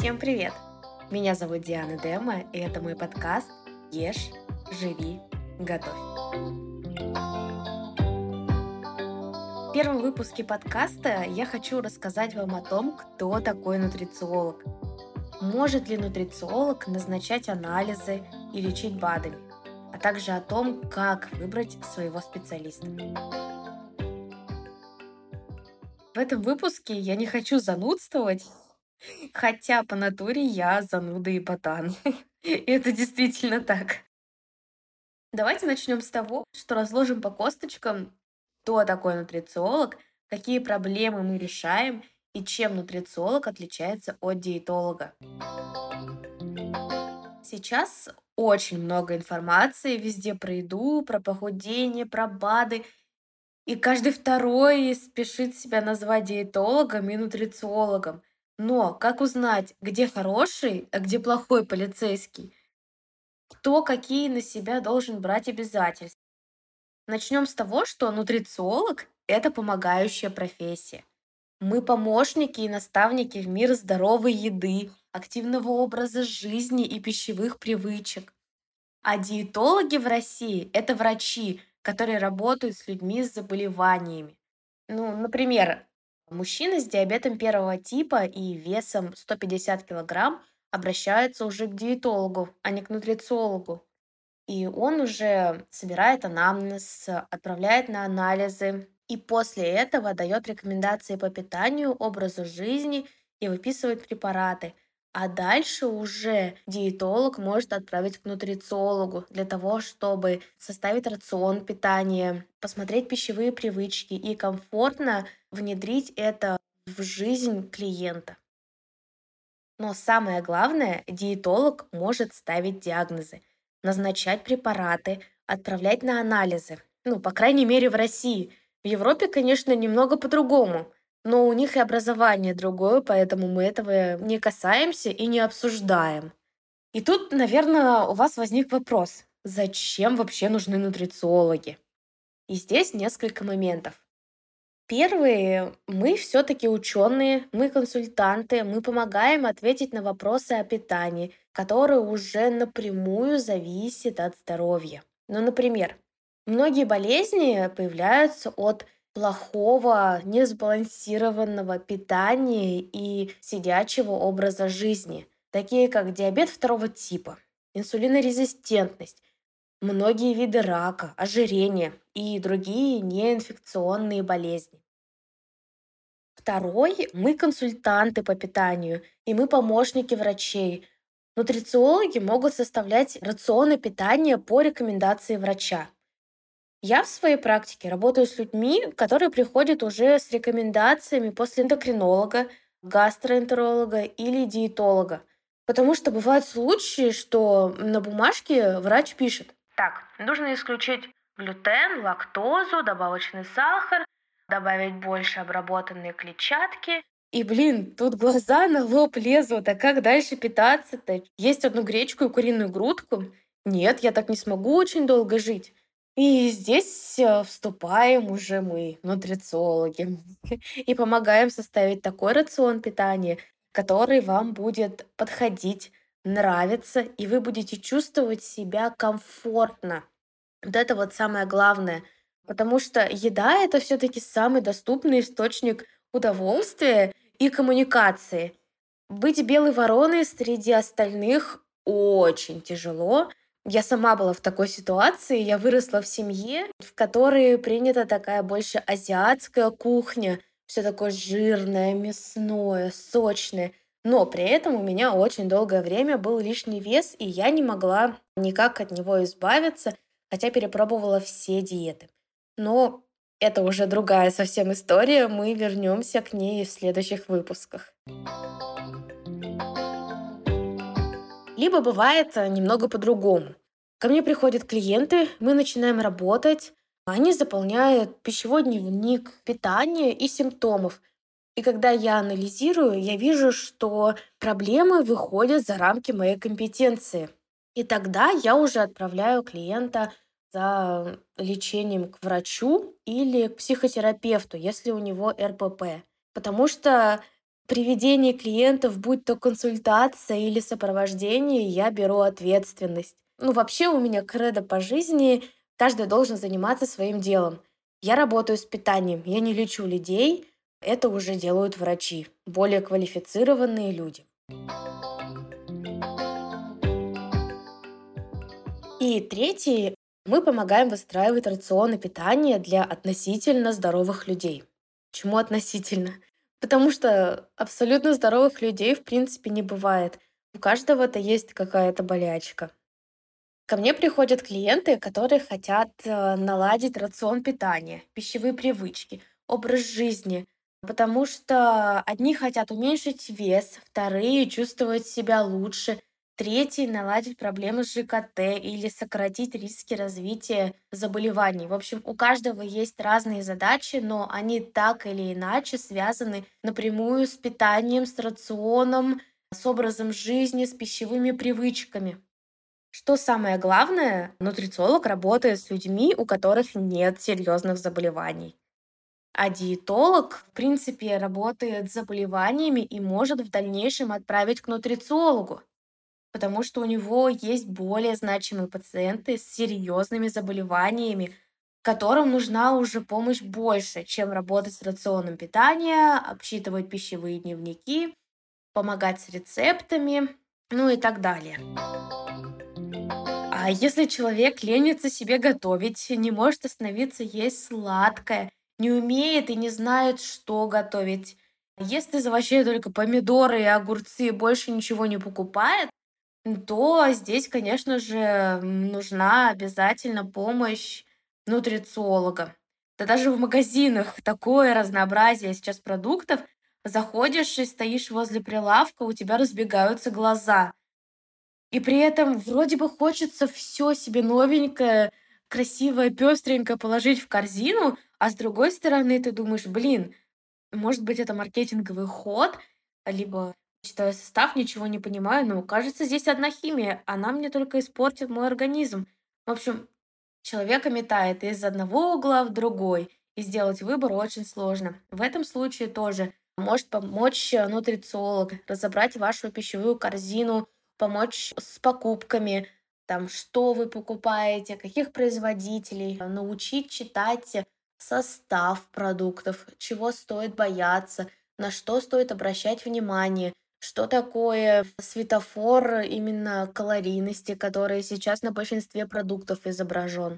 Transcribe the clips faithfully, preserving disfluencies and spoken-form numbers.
Всем привет! Меня зовут Диана Дема, и это мой подкаст «Ешь, живи, готовь». В первом выпуске подкаста я хочу рассказать вам о том, кто такой нутрициолог. Может ли нутрициолог назначать анализы и лечить БАДами, а также о том, как выбрать своего специалиста. В этом выпуске я не хочу занудствовать, хотя по натуре я зануда и ботан. И это действительно так. Давайте начнем с того, что разложим по косточкам, кто такой нутрициолог, какие проблемы мы решаем и чем нутрициолог отличается от диетолога. Сейчас очень много информации везде про еду, про похудение, про БАДы. И каждый второй спешит себя назвать диетологом и нутрициологом. Но как узнать, где хороший, а где плохой полицейский? Кто какие на себя должен брать обязательства? Начнем с того, что нутрициолог– это помогающая профессия. Мы помощники и наставники в мир здоровой еды, активного образа жизни и пищевых привычек. А диетологи в России– это врачи, которые работают с людьми с заболеваниями. Ну, например, мужчина с диабетом первого типа и весом сто пятьдесят килограмм обращается уже к диетологу, а не к нутрициологу. И он уже собирает анамнез, отправляет на анализы, и после этого дает рекомендации по питанию, образу жизни и выписывает препараты. А дальше уже диетолог может отправить к нутрициологу для того, чтобы составить рацион питания, посмотреть пищевые привычки и комфортно внедрить это в жизнь клиента. Но самое главное, диетолог может ставить диагнозы, назначать препараты, отправлять на анализы. Ну, по крайней мере, в России. В Европе, конечно, немного по-другому, но у них и образование другое, поэтому мы этого не касаемся и не обсуждаем. И тут, наверное, у вас возник вопрос, зачем вообще нужны нутрициологи? И здесь несколько моментов. Первые, мы все-таки ученые, мы консультанты, мы помогаем ответить на вопросы о питании, которые уже напрямую зависят от здоровья. Ну, например, многие болезни появляются от плохого, несбалансированного питания и сидячего образа жизни, такие как диабет второго типа, инсулинорезистентность, многие виды рака, ожирения и другие неинфекционные болезни. Второй, мы консультанты по питанию, и мы помощники врачей. Нутрициологи могут составлять рационы питания по рекомендации врача. Я в своей практике работаю с людьми, которые приходят уже с рекомендациями после эндокринолога, гастроэнтеролога или диетолога. Потому что бывают случаи, что на бумажке врач пишет: так, нужно исключить глютен, лактозу, добавочный сахар, добавить больше обработанной клетчатки. И, блин, тут глаза на лоб лезут, а как дальше питаться-то? Есть одну гречку и куриную грудку? Нет, я так не смогу очень долго жить. И здесь э, вступаем уже мы, нутрициологи, и помогаем составить такой рацион питания, который вам будет подходить, нравиться, и вы будете чувствовать себя комфортно. Вот это вот самое главное. Потому что еда– это все-таки самый доступный источник удовольствия и коммуникации. Быть белой вороной среди остальных очень тяжело. Я сама была в такой ситуации. Я выросла в семье, в которой принята такая больше азиатская кухня. Все такое жирное, мясное, сочное. Но при этом у меня очень долгое время был лишний вес, и я не могла никак от него избавиться, хотя перепробовала все диеты. Но это уже другая совсем история, мы вернемся к ней в следующих выпусках. Либо бывает э, немного по-другому. Ко мне приходят клиенты, мы начинаем работать, они заполняют пищевой дневник питания и симптомов. И когда я анализирую, я вижу, что проблемы выходят за рамки моей компетенции. И тогда я уже отправляю клиента за лечением к врачу или к психотерапевту, если у него эр пэ пэ. Потому что При ведении клиентов, будь то консультация или сопровождение, я беру ответственность. Ну, вообще у меня кредо по жизни, каждый должен заниматься своим делом. Я работаю с питанием, я не лечу людей, это уже делают врачи, более квалифицированные люди. И третий, мы помогаем выстраивать рационы питания для относительно здоровых людей. Почему относительно? Потому что абсолютно здоровых людей в принципе не бывает. У каждого-то есть какая-то болячка. Ко мне приходят клиенты, которые хотят э, наладить рацион питания, пищевые привычки, образ жизни, потому что одни хотят уменьшить вес, вторые чувствовать себя лучше, третьи наладить проблемы с Ж К Т или сократить риски развития заболеваний. В общем, у каждого есть разные задачи, но они так или иначе связаны напрямую с питанием, с рационом, с образом жизни, с пищевыми привычками. Что самое главное, нутрициолог работает с людьми, у которых нет серьезных заболеваний. А диетолог, в принципе, работает с заболеваниями и может в дальнейшем отправить к нутрициологу, потому что у него есть более значимые пациенты с серьезными заболеваниями, которым нужна уже помощь больше, чем работать с рационом питания, обсчитывать пищевые дневники, помогать с рецептами, ну и так далее. А если человек ленится себе готовить, не может остановиться есть сладкое, не умеет и не знает, что готовить, ест из овощей только помидоры и огурцы, и больше ничего не покупает, м, то здесь, конечно же, м, нужна обязательно помощь нутрициолога. Да даже в магазинах такое разнообразие сейчас продуктов. Заходишь и стоишь возле прилавка, у тебя разбегаются глаза. И при этом вроде бы хочется все себе новенькое, красивое, пестренькое положить в корзину, а с другой стороны ты думаешь: "Блин, может быть, это маркетинговый ход, либо читаю состав, ничего не понимаю, но кажется, здесь одна химия, она мне только испортит мой организм". В общем, человека метает из одного угла в другой, и сделать выбор очень сложно. В этом случае тоже может помочь э, нутрициолог, разобрать вашу пищевую корзину, помочь с покупками, там, что вы покупаете, каких производителей, э, научить читать э, состав продуктов, чего стоит бояться, на что стоит обращать внимание, что такое светофор именно калорийности, который сейчас на большинстве продуктов изображен.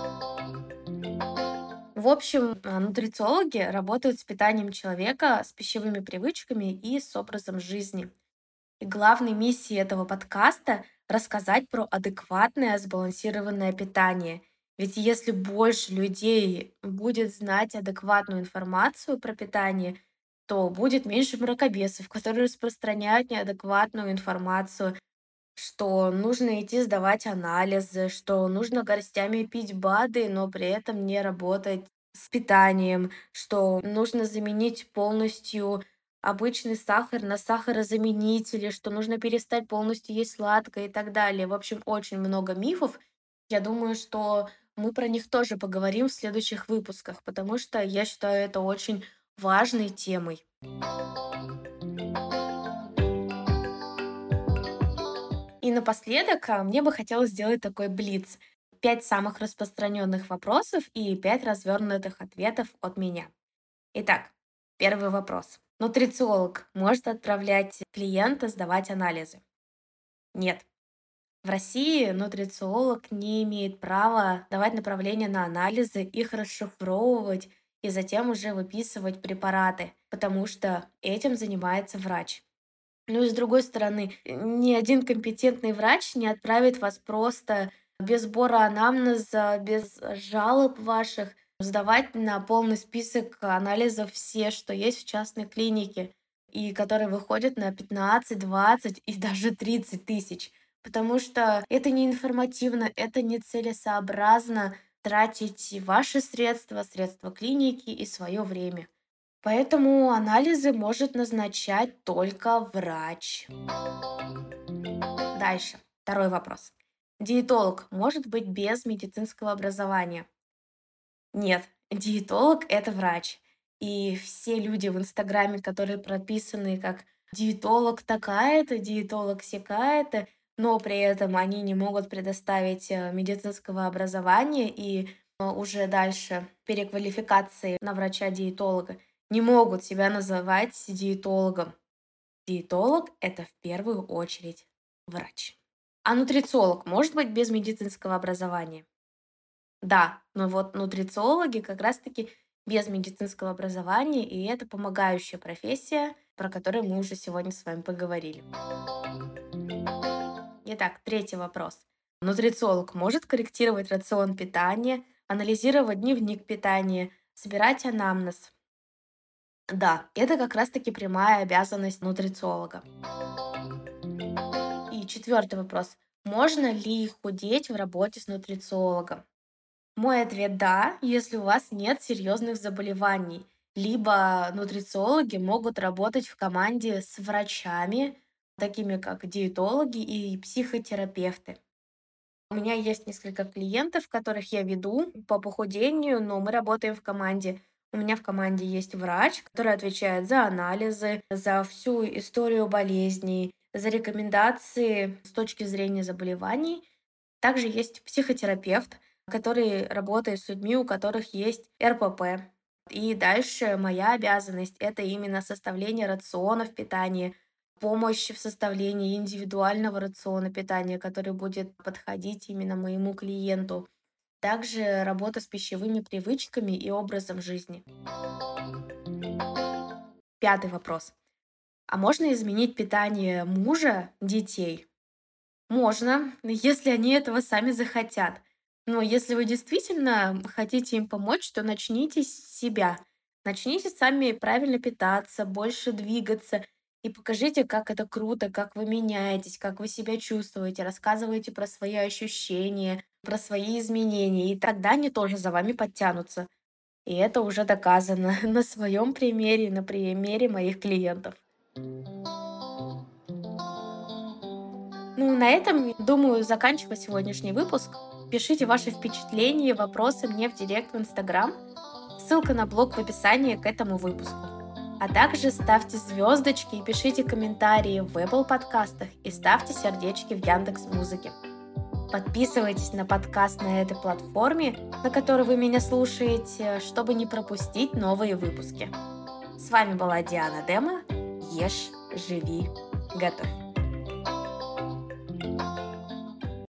В общем, а, нутрициологи работают с питанием человека, с пищевыми привычками и с образом жизни. И главной миссией этого подкаста — рассказать про адекватное, сбалансированное питание. Ведь если больше людей будет знать адекватную информацию про питание, то будет меньше мракобесов, которые распространяют неадекватную информацию, что нужно идти сдавать анализы, что нужно горстями пить БАДы, но при этом не работать с питанием, что нужно заменить полностью обычный сахар на сахарозаменители, что нужно перестать полностью есть сладкое и так далее. В общем, очень много мифов. Я думаю, что мы про них тоже поговорим в следующих выпусках, потому что я считаю это очень важной темой. И напоследок, а, мне бы хотелось сделать такой блиц. Пять самых распространенных вопросов и пять развернутых ответов от меня. Итак, первый вопрос. Нутрициолог может отправлять клиента сдавать анализы? Нет. В России нутрициолог не имеет права давать направления на анализы, их расшифровывать и затем уже выписывать препараты, потому что этим занимается врач. Ну и с другой стороны, ни один компетентный врач не отправит вас просто без сбора анамнеза, без жалоб ваших, сдавать на полный список анализов все, что есть в частной клинике, и которые выходят на пятнадцать, двадцать и даже тридцать тысяч. Потому что это не информативно, это нецелесообразно тратить ваши средства, средства клиники и свое время. Поэтому анализы может назначать только врач. Дальше. Второй вопрос. Диетолог может быть без медицинского образования? Нет, диетолог — это врач. И все люди в Инстаграме, которые прописаны как диетолог такая-то, диетолог сякая-то, но при этом они не могут предоставить э, медицинского образования и э, уже дальше переквалификации на врача-диетолога, не могут себя называть диетологом. Диетолог — это в первую очередь врач. А нутрициолог может быть без медицинского образования? Да, но вот нутрициологи как раз-таки без медицинского образования, и это помогающая профессия, про которую мы уже сегодня с вами поговорили. Итак, третий вопрос. Нутрициолог может корректировать рацион питания, анализировать дневник питания, собирать анамнез? Да, это как раз-таки прямая обязанность нутрициолога. И четвертый вопрос. Можно ли худеть в работе с нутрициологом? Мой ответ — да, если у вас нет серьезных заболеваний. Либо нутрициологи могут работать в команде с врачами, такими как диетологи и психотерапевты. У меня есть несколько клиентов, которых я веду по похудению, но мы работаем в команде. У меня в команде есть врач, который отвечает за анализы, за всю историю болезней, за рекомендации с точки зрения заболеваний. Также есть психотерапевт, который работает с людьми, у которых есть эр пэ пэ. И дальше моя обязанность — это именно составление рационов питания, помощь в составлении индивидуального рациона питания, который будет подходить именно моему клиенту. Также работа с пищевыми привычками и образом жизни. Пятый вопрос. А можно изменить питание мужа, детей? Можно, если они этого сами захотят. Но если вы действительно хотите им помочь, то начните с себя. Начните сами правильно питаться, больше двигаться и покажите, как это круто, как вы меняетесь, как вы себя чувствуете, рассказывайте про свои ощущения, про свои изменения, и тогда они тоже за вами подтянутся. И это уже доказано на своем примере, на примере моих клиентов. Ну, на этом, думаю, заканчивать сегодняшний выпуск. Пишите ваши впечатления и вопросы мне в директ в Инстаграм. Ссылка на блог в описании к этому выпуску. А также ставьте звездочки и пишите комментарии в Apple подкастах и ставьте сердечки в Яндекс Музыке. Подписывайтесь на подкаст на этой платформе, на которой вы меня слушаете, чтобы не пропустить новые выпуски. С вами была Диана Дема. Ешь, живи, готовь.